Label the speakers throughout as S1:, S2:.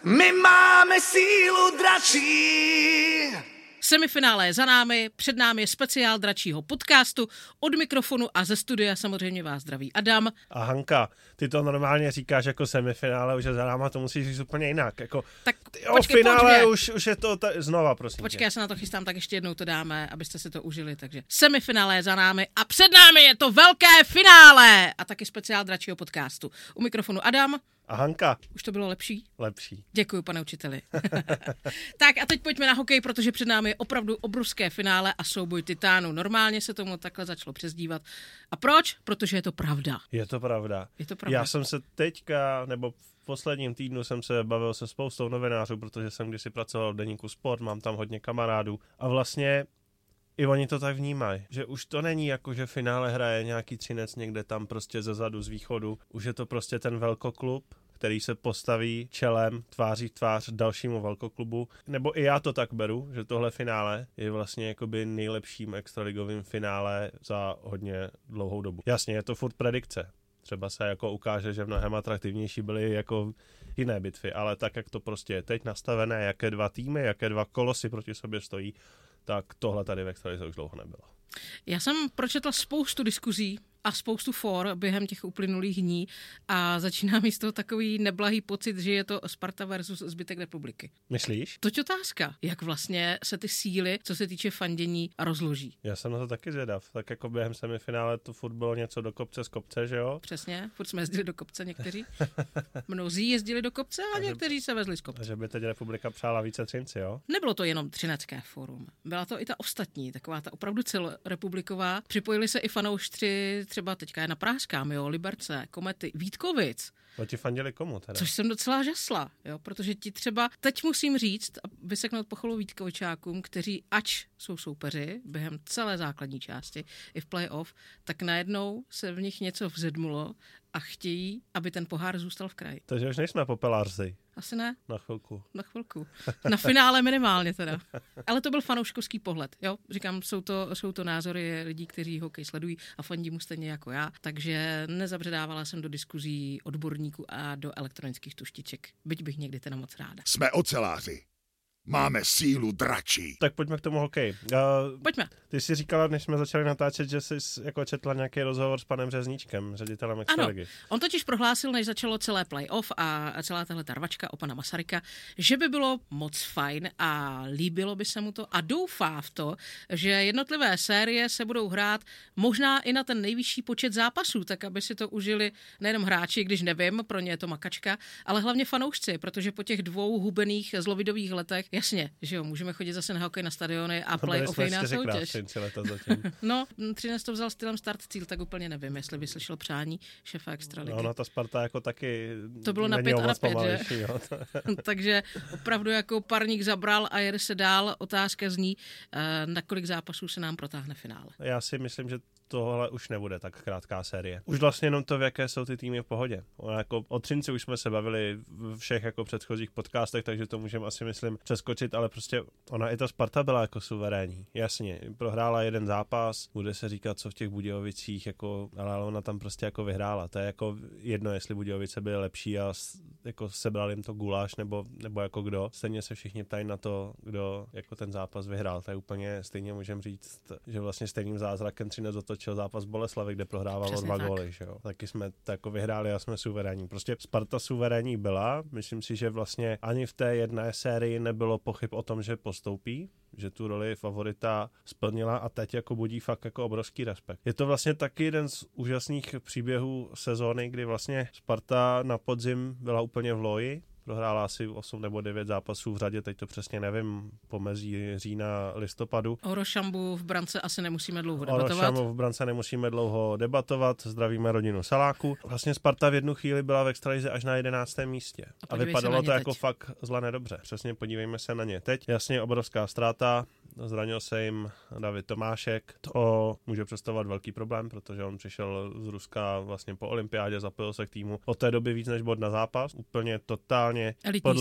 S1: My máme sílu dračí.
S2: Semifinále je za námi, před námi je speciál dračího podcastu. Od mikrofonu a ze studia samozřejmě vás zdraví Adam.
S3: A Hanka, ty to normálně říkáš jako semifinále, už je za náma, to musíš říct úplně jinak. Jako,
S2: tak
S3: počkej, finále už je to znova, prosím.
S2: Počkej, já se na to chystám, tak ještě jednou to dáme, abyste si to užili. Takže semifinále je za námi a před námi je to velké finále a taky speciál dračího podcastu. U mikrofonu Adam.
S3: A Hanka.
S2: Už to bylo lepší?
S3: Lepší.
S2: Děkuji, pane učiteli. Tak a teď pojďme na hokej, protože před námi je opravdu obrovské finále a souboj titánů. Normálně se tomu takhle začalo přezdívat. A proč? Protože je to pravda.
S3: Je to pravda.
S2: Je to pravda.
S3: Já jsem se teďka, nebo v posledním týdnu jsem se bavil se spoustou novinářů, protože jsem kdysi pracoval v deníku Sport, mám tam hodně kamarádů a vlastně i oni to tak vnímají, že už to není jako, že finále hraje nějaký třinec někde tam prostě zezadu z východu, už je to prostě ten velkoklub, který se postaví čelem tváří v tvář dalšímu velkoklubu. Nebo i já to tak beru, že tohle finále je vlastně jakoby nejlepším extraligovým finále za hodně dlouhou dobu. Jasně, je to furt predikce. Třeba se jako ukáže, že mnohem atraktivnější byly jako jiné bitvy, ale tak, jak to prostě je teď nastavené, jaké dva týmy, jaké dva kolosy proti sobě stojí, tak tohle tady v extralize už dlouho nebylo.
S2: Já jsem pročetla spoustu diskuzí a spoustu for během těch uplynulých dní a začíná mi z toho takový neblahý pocit, že je to Sparta versus zbytek republiky.
S3: Myslíš?
S2: To je otázka, jak vlastně se ty síly, co se týče fandění, rozloží.
S3: Já jsem na to taky zvědav. Tak jako během semifinále to furt bylo něco do kopce z kopce, že jo?
S2: Přesně, furt jsme jezdili do kopce někteří. Mnozí jezdili do kopce a někteří se vezli z kopce.
S3: Takže by teď republika přála více Třinci, jo?
S2: Nebylo to jenom Třinecké fórum. Byla to i ta ostatní, taková ta opravdu celorepubliková. Připojili se i fanoušci, třeba teďka je na Pražskám, jo, Liberce, Komety, Vítkovic.
S3: No ti fandili komu teda?
S2: Což jsem docela žasla, jo, protože ti třeba, teď musím říct a vyseknout pochvalu Vítkovičákům, kteří ač jsou soupeři během celé základní části i v playoff, tak najednou se v nich něco vzedmulo a chtějí, aby ten pohár zůstal v kraji.
S3: Takže už nejsme popeláři.
S2: Asi ne.
S3: Na chvilku.
S2: Na chvilku. Na finále minimálně teda. Ale to byl fanouškovský pohled, jo. Říkám, jsou to názory lidí, kteří hokej sledují a fandí mu stejně jako já, takže nezabředávala jsem do diskuzí odborníků a do elektronických tuštiček. Byť bych někdy teda moc ráda.
S4: Jsme oceláři. Máme sílu dračí.
S3: Tak pojďme k tomu hokeji.
S2: Pojďme.
S3: Ty jsi říkala, než jsme začali natáčet, že jsi jako četla nějaký rozhovor s panem Řezníčkem, ředitelem extraligy.
S2: Ano, on totiž prohlásil, než začalo celé playoff a celá tahle tarvačka o pana Masaryka, že by bylo moc fajn a líbilo by se mu to a doufá v to, že jednotlivé série se budou hrát možná i na ten nejvyšší počet zápasů, tak aby si to užili nejenom hráči, když nevím, pro ně je to makačka, ale hlavně fanoušci, protože po těch 2 hubených zlovidových letech, jasně, že jo, můžeme chodit zase na hokej na stadiony a playoff je jiná soutěž. No, 13 to vzal stylem start cíl, tak úplně nevím, jestli by slyšel přání šéfa extraligy.
S3: No, ta Sparta jako taky
S2: to bylo na 5 a na 5, že? Takže opravdu jako parník zabral a jede se dál. Otázka zní, na kolik zápasů se nám protáhne finále.
S3: Já si myslím, že tohle už nebude tak krátká série. Už vlastně jenom to, v jaké jsou ty týmy v pohodě. Jako o Třinci už jsme se bavili v všech jako předchozích podcastech, takže to můžeme asi, myslím, přeskočit, ale prostě ona i ta Sparta byla jako suverénní. Jasně, prohrála jeden zápas, bude se říkat, co v těch Budějovicích, jako, ale ona tam prostě jako vyhrála. To je jako jedno, jestli Budějovice byly lepší a jako sebral jim to guláš, nebo jako kdo. Stejně se všichni ptají na to, kdo jako ten zápas vyhrál. To je úplně stejně můžeme říct, že vlastně stejným zázrakem Třinec otočil zápas Boleslavy, kde prohrával o 2 góly, že jo. Taky jsme to jako vyhráli a jsme suverénní. Prostě Sparta suverénní byla. Myslím si, že vlastně ani v té jedné sérii nebylo pochyb o tom, že postoupí, že tu roli favorita splnila a teď jako budí fakt jako obrovský respekt. Je to vlastně taky jeden z úžasných příběhů sezóny, kdy vlastně Sparta na podzim byla úplně v loji. Prohrála asi 8 nebo 9 zápasů v řadě, teď to přesně nevím, pomezí října, listopadu.
S2: O Rošambu v brance asi nemusíme dlouho debatovat.
S3: V brance nemusíme dlouho debatovat, zdravíme rodinu Saláku. Vlastně Sparta v jednu chvíli byla v extralize až na 11. místě. A vypadalo to jako fakt zle nedobře. Přesně podívejme se na ně teď. Jasně obrovská ztráta, zranil se jim David Tomášek. To může představovat velký problém, protože on přišel z Ruska vlastně po olympiádě, zapojil se k týmu. Od té doby víc než bod na zápas. Úplně totálně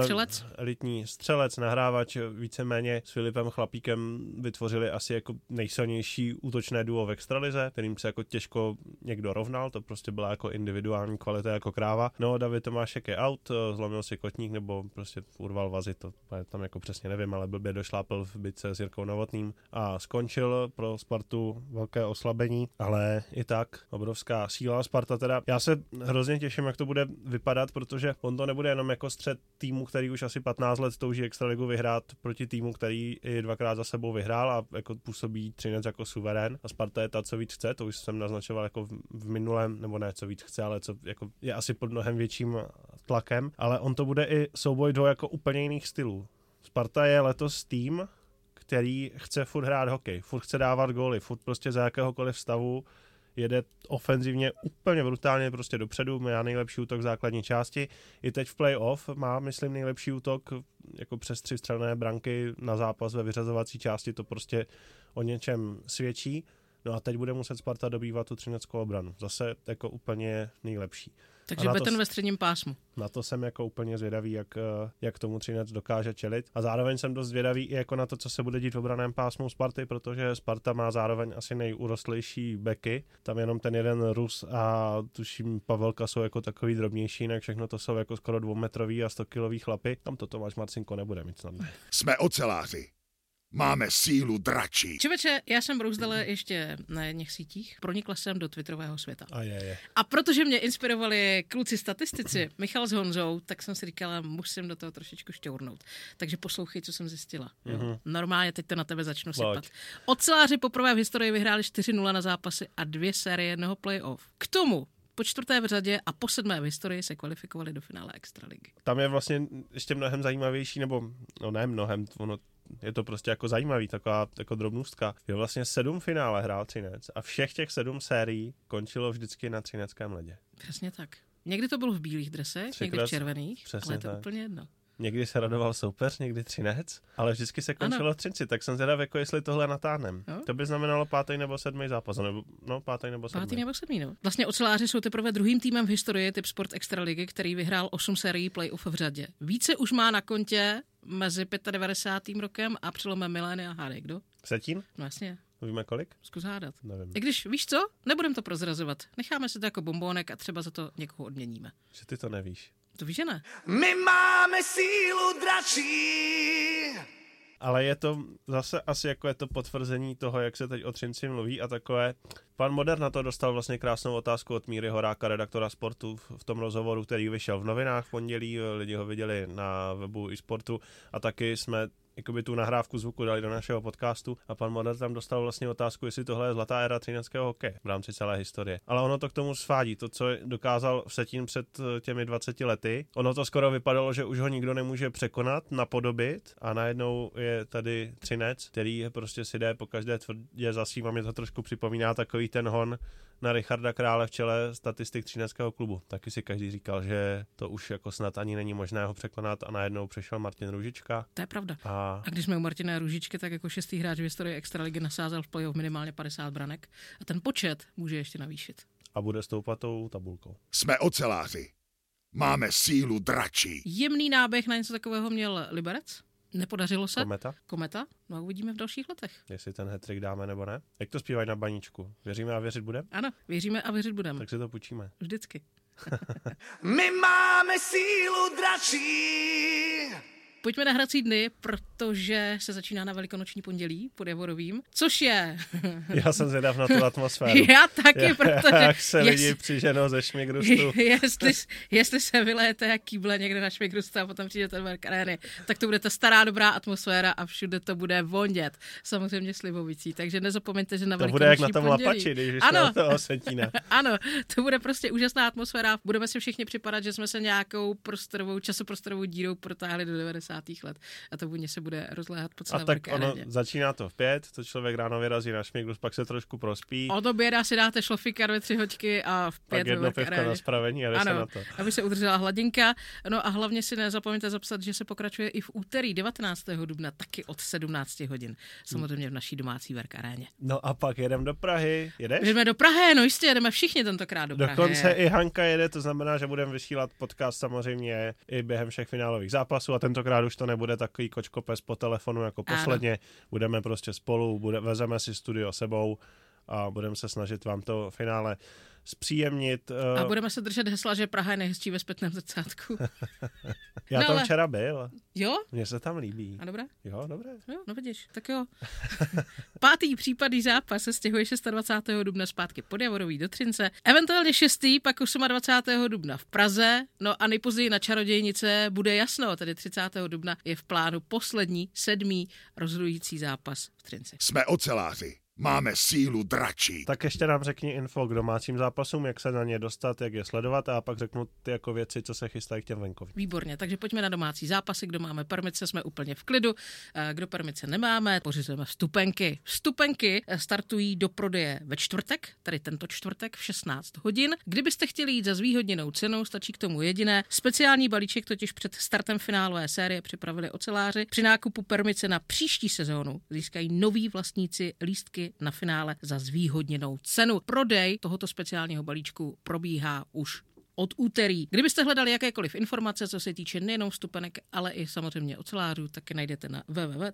S3: elitní střelec, nahrávač, víceméně s Filipem Chlapíkem vytvořili asi jako nejsilnější útočné duo v extralize, kterým se jako těžko někdo rovnal, to prostě byla jako individuální kvalita jako kráva. No, David Tomášek je out, zlomil si kotník nebo prostě urval vazy, to tam jako přesně nevím, ale blbě došlápl v bitce s Jirkou Novotným a skončil. Pro Spartu velké oslabení, ale i tak obrovská síla Sparta teda. Já se hrozně těším, jak to bude vypadat, protože on to nebude jenom jako střed týmu, který už asi 15 let touží extraligu vyhrát proti týmu, který i dvakrát za sebou vyhrál a jako působí Třinec jako suverén a Sparta je ta, co víc chce, to už jsem naznačoval jako v minulém, nebo ne, co víc chce, ale co jako je asi pod mnohem větším tlakem, ale on to bude i souboj dvou jako úplně jiných stylů. Sparta je letos tým, který chce furt hrát hokej, furt chce dávat góly, furt prostě za jakéhokoliv stavu jede ofenzivně úplně brutálně prostě dopředu, má nejlepší útok v základní části. I teď v playoff má, myslím, nejlepší útok jako přes 3 střelné branky na zápas ve vyřazovací části, to prostě o něčem svědčí. No a teď bude muset Sparta dobývat tu třineckou obranu. Zase jako úplně nejlepší.
S2: Takže beton ve středním pásmu.
S3: Na to jsem jako úplně zvědavý, jak tomu Třinec dokáže čelit. A zároveň jsem dost zvědavý i jako na to, co se bude dít v obraném pásmu Sparty, protože Sparta má zároveň asi nejurostlejší beky. Tam jenom ten jeden Rus a tuším Pavelka jsou jako takový drobnější, jinak všechno to jsou jako skoro 2metrový a 100kilový chlapy. Tam to Tomáš Marcinko nebude mít snadné.
S4: Jsme oceláři. Máme sílu dračí.
S2: Čověče, já jsem brouzdala ještě na jedných sítích, pronikla jsem do twitterového světa. A protože mě inspirovali kluci statistici, Michal s Honzou, tak jsem si říkala, musím do toho trošičku šťournout. Takže poslouchej, co jsem zjistila. Normálně teď to na tebe začnu sypat. Oceláři poprvé v historii vyhráli 4-0 na zápasy a 2 série jednoho playoff. K tomu po 4. v řadě a po 7. v historii se kvalifikovali do finále extraligy.
S3: Tam je vlastně ještě mnohem zajímavější, nebo no ne mnohem, je to prostě jako zajímavý, taková jako drobnůstka. Je vlastně 7 finále hrál Třinec a všech těch 7 sérií končilo vždycky na třineckém ledě.
S2: Přesně tak. Někdy to bylo v bílých dresech, někdy v červených, ale je to úplně jedno.
S3: Někdy se radoval soupeř, někdy Třinec, ale vždycky se končilo v Třinci, tak jsem zvědav, jako jestli tohle natáhnem. No? To by znamenalo 5. nebo 7. zápas, nebo 5. nebo 7.
S2: 5. nebo 7. No. Vlastně oceláři jsou teprve druhým týmem v historii Typ Sport Extraligy, který vyhrál 8 sérií playoff v řadě. Více už má na kontě mezi 95. rokem a přelomem milénia. Hádej, kdo?
S3: Vsetín?
S2: No jasně.
S3: Víme kolik?
S2: Zkus hádat.
S3: Nevím.
S2: I když, víš co? Nebudem to prozrazovat. Necháme si to jako bombónek a třeba za to někoho odměníme.
S3: Že ty to nevíš.
S2: To víš, že ne?
S1: My máme sílu dračí.
S3: Ale je to zase asi jako je to potvrzení toho, jak se teď o Třinci mluví a takové. Pan Moder na to dostal vlastně krásnou otázku od Míry Horáka, redaktora Sportu, v tom rozhovoru, který vyšel v novinách v pondělí, lidi ho viděli na webu iSportu a taky jsme jakoby tu nahrávku zvuku dali do našeho podcastu a pan Moder tam dostal vlastně otázku, jestli tohle je zlatá éra třineckého hokeje v rámci celé historie. Ale ono to k tomu svádí, to, co dokázal Vsetín před těmi 20 lety. Ono to skoro vypadalo, že už ho nikdo nemůže překonat, napodobit a najednou je tady Třinec, který prostě si jde po každé tvrdě za svým a mě to trošku připomíná takový ten hon na Richarda Krále v čele statistik třineckého klubu. Taky si každý říkal, že to už jako snad ani není možné ho překonat a najednou přišel Martin Růžička.
S2: To je pravda. A když jsme u Martina Růžičky, tak jako 6. hráč v historii extraligy nasázel v playoff minimálně 50 branek a ten počet může ještě navýšit.
S3: A bude stoupat tou tabulkou.
S4: Jsme oceláři. Máme sílu dračí.
S2: Jemný náběh na něco takového měl Liberec. Nepodařilo se. Kometa. No a uvidíme v dalších letech.
S3: Jestli ten hat-trick dáme nebo ne. Jak to zpívají na baníčku? Věříme a věřit budeme?
S2: Ano, věříme a věřit budeme.
S3: Tak si to půjčíme.
S2: Vždycky.
S1: My máme sílu dračí.
S2: Pojďme na hrací dny, protože se začíná na Velikonoční pondělí pod Javorovým, což je...
S3: Já jsem zvědav na tu atmosféru.
S2: Já taky, protože...
S3: Jak se lidi přiženou ze Šmigrustu.
S2: jestli se vyléte jak kýble někde na Šmigrustu a potom přijde ten Werk Areny, tak to bude ta stará dobrá atmosféra a všude to bude vonět. Samozřejmě slivovicí, takže nezapomeňte, že na Velikonoční pondělí... To bude jak na tom Lapači, když jsme na toho Vsetína. Ano, to bude prostě úžasná atmosféra. Budeme si všichni připadat, že jsme se nějakou časoprostorovou dírou protáhli do 90. 70. let a to vůně se bude rozléhat po
S3: A
S2: celé
S3: tak ono
S2: aréně.
S3: začíná to v 5, to člověk ráno vyrazí na šmiglus, pak se trošku prospí.
S2: Od oběda si dáte šlofíka 2-3 hoďky a v 5
S3: Pak jedno pivko na spravení a jde se na to.
S2: aby se udržela hladinka. No a hlavně si nezapomeňte zapsat, že se pokračuje i v úterý 19. dubna, taky od 17 hodin. Samozřejmě v naší domácí Werk aréně.
S3: No a pak jedeme do Prahy. Jedeš?
S2: Jdeme do Prahy, no jistě, jedeme všichni tentokrát do Prahy.
S3: Dokonce i Hanka jede, to znamená, že budeme vysílat podcast samozřejmě i během všech finálových zápasů a tentokrát už to nebude takový kočkopes po telefonu jako posledně. Budeme prostě spolu, vezeme si studio sebou a budeme se snažit vám to finále zpříjemnit.
S2: A budeme se držet hesla, že Praha je nejhezčí ve zpětném zrcátku.
S3: Já tam včera byl.
S2: Jo?
S3: Mně se tam líbí.
S2: A dobré?
S3: Jo, dobré.
S2: Jo, no vidíš, tak jo. 5. případný zápas se stěhuje 26. dubna zpátky pod Javorový do Třince, eventuálně 6. pak 28. dubna v Praze, no a nejpozději na Čarodějnice bude jasno, tedy 30. dubna je v plánu poslední 7. rozhodující zápas v Třinci.
S4: Jsme oceláři. Máme sílu dračí.
S3: Tak ještě nám řekni info k domácím zápasům, jak se na ně dostat, jak je sledovat a pak řeknu ty jako věci, co se chystají k těm venkovým.
S2: Výborně, takže pojďme na domácí zápasy. Kdo máme permice, jsme úplně v klidu. Kdo permice nemáme, pořizujeme vstupenky. Vstupenky startují do prodeje ve čtvrtek, tedy tento čtvrtek v 16 hodin. Kdybyste chtěli jít za zvýhodněnou cenou, stačí k tomu jediné. Speciální balíček totiž před startem finálové série připravili oceláři. Při nákupu permice na příští sezónu získají noví vlastníci lístky na finále za zvýhodněnou cenu. Prodej tohoto speciálního balíčku probíhá už od úterý. Kdybyste hledali jakékoliv informace, co se týče nejenom vstupenek, ale i samozřejmě ocelářů, tak je najdete na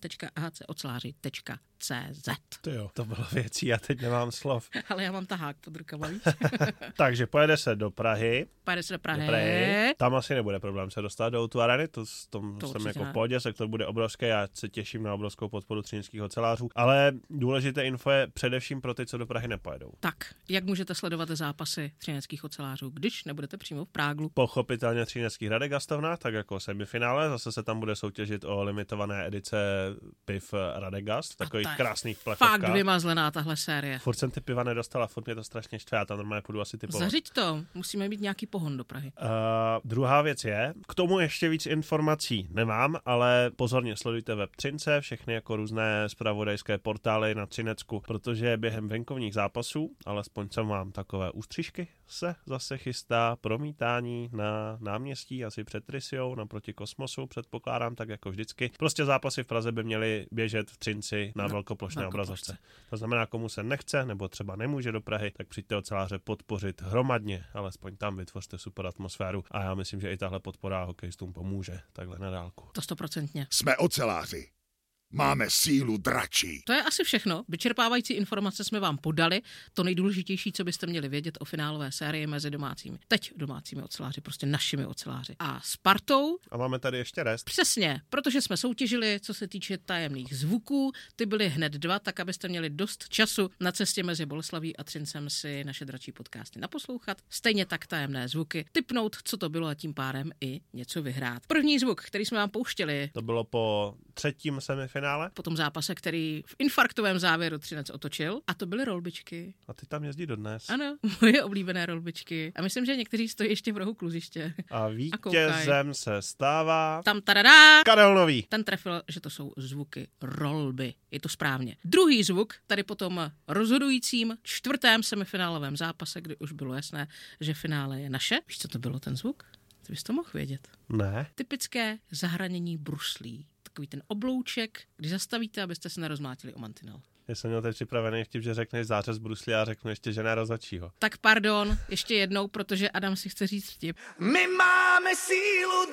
S2: www.ahcoceláři.cz.
S3: To jo, to bylo věcí, já teď nemám slov.
S2: Ale já mám tahák pod rukama, víš?
S3: Takže pojede se do Prahy.
S2: Pojede se do Prahy.
S3: Tam asi nebude problém se dostat do O2 Areny, to jsem jako v pohodě, sektor bude obrovský, já se těším na obrovskou podporu třineckých ocelářů, ale důležité info je především pro ty, co do Prahy nepojedou.
S2: Tak, jak můžete sledovat zápasy třineckých ocelářů, když nebudete přímo v Práglu?
S3: Pochopitelně třineckých Radegastovna, tak jako semifinále, zase se tam bude soutěžit o limitované edice piv Radegast, takových krásných plechovkách.
S2: Fakt vymazlená tahle série.
S3: Furt jsem ty piva nedostala, furt mě to strašně štve, já tam normálně půjdu asi typovat.
S2: Zařiď to, musíme mít nějaký pohon do Prahy.
S3: Druhá věc je, k tomu ještě víc informací nemám, ale pozorně sledujte web Třince, všechny jako různé zpravodajské portály na Třinecku, protože během venkovních zápasů, alespoň co mám takové ústřižky, se zase chystá promítání na náměstí, asi před Trysiou, naproti Kosmosu, předpokládám, tak jako vždycky. Prostě zápasy v Praze by měly běžet v Třinci na velkoplošné obrazovce. To znamená, komu se nechce, nebo třeba nemůže do Prahy, tak přijďte oceláře podpořit hromadně, alespoň tam vytvořte super atmosféru a já myslím, že i tahle podpora hokejistům pomůže, takhle na dálku.
S2: To 100%.
S4: Jsme oceláři. Máme sílu dračí.
S2: To je asi všechno. Vyčerpávající informace jsme vám podali. To nejdůležitější, co byste měli vědět o finálové sérii mezi domácími. Teď domácími oceláři, prostě našimi oceláři. A Spartou.
S3: A máme tady ještě rest.
S2: Přesně, protože jsme soutěžili, co se týče tajemných zvuků. Ty byly hned 2, tak abyste měli dost času na cestě mezi Boleslaví a Třincem si naše dračí podcasty naposlouchat. Stejně tak tajemné zvuky, tipnout, co to bylo a tím pádem i něco vyhrát. První zvuk, který jsme vám pouštěli.
S3: To bylo po 3. semifinále.
S2: Po tom zápase, který v infarktovém závěru Třinec otočil. A to byly rolbičky.
S3: A ty tam jezdí dodnes.
S2: Ano, moje oblíbené rolbičky. A myslím, že někteří stojí ještě v rohu kluziště.
S3: A vítězem se stává...
S2: Tam tadadá!
S3: Karel Nový.
S2: Ten trefil, že to jsou zvuky rolby. Je to správně. Druhý zvuk, tady po tom rozhodujícím 4. semifinálovém zápase, kdy už bylo jasné, že finále je naše. Víš, co to bylo ten zvuk? Ty bys to mohl vědět.
S3: Ne.
S2: Typické zahranění bruslí. Takový ten oblouček, když zastavíte, abyste se nerozmlátili o mantinel.
S3: Já jsem měl teď připravený vtip, že řekneš zářez bruslí a řeknu ještě, že ne rozhodčího.
S2: Tak pardon, ještě jednou, protože Adam si chce říct vtip.
S1: My máme sílu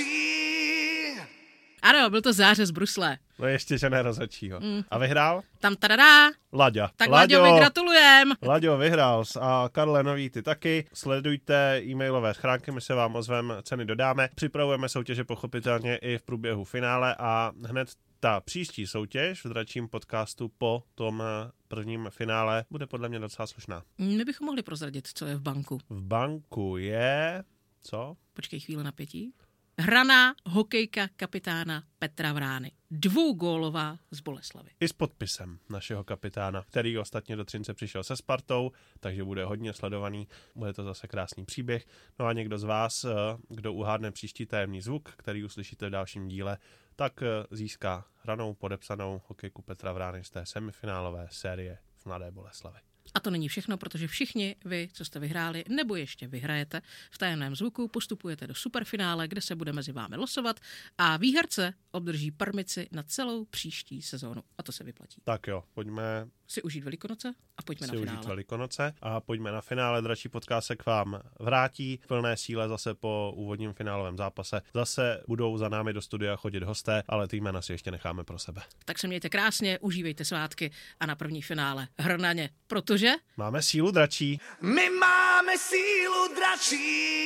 S1: dračí.
S2: Ano, byl to zářez brusle.
S3: No ještě, že ne rozhodčího. A vyhrál?
S2: Tam tadadá.
S3: Laďa.
S2: Tak Laďovi gratulujem.
S3: Laďo vyhrál a Karle Nový ty taky. Sledujte e-mailové schránky, my se vám ozvem, ceny dodáme. Připravujeme soutěže pochopitelně i v průběhu finále a hned ta příští soutěž v dračím podcastu po tom prvním finále bude podle mě docela slušná.
S2: My bychom mohli prozradit, co je v banku.
S3: V banku je... Co?
S2: Počkej chvíli napětí. Hraná hokejka kapitána Petra Vrány. dvougólová z Boleslavy.
S3: I s podpisem našeho kapitána, který ostatně do Třince přišel se Spartou, takže bude hodně sledovaný. Bude to zase krásný příběh. No a někdo z vás, kdo uhádne příští tajemný zvuk, který uslyšíte v dalším díle, tak získá hranou podepsanou hokejku Petra Vrány z té semifinálové série v Mladé Boleslavi.
S2: A to není všechno, protože všichni vy, co jste vyhráli, nebo ještě vyhrajete v tajemném zvuku, postupujete do superfinále, kde se bude mezi vámi losovat a výherce obdrží permici na celou příští sezónu. A to se vyplatí.
S3: Tak jo, pojďme
S2: si užít Velikonoce a pojďme na finále.
S3: Velikonoce a pojďme na finále. Dračí podcast se k vám vrátí v plné síle zase po úvodním finálovém zápase. Zase budou za námi do studia chodit hosté, ale ty jména si ještě necháme pro sebe.
S2: Tak se mějte krásně, užívejte svátky a na první finále hr na ně, protože
S3: máme sílu dračí.
S1: My máme sílu dračí.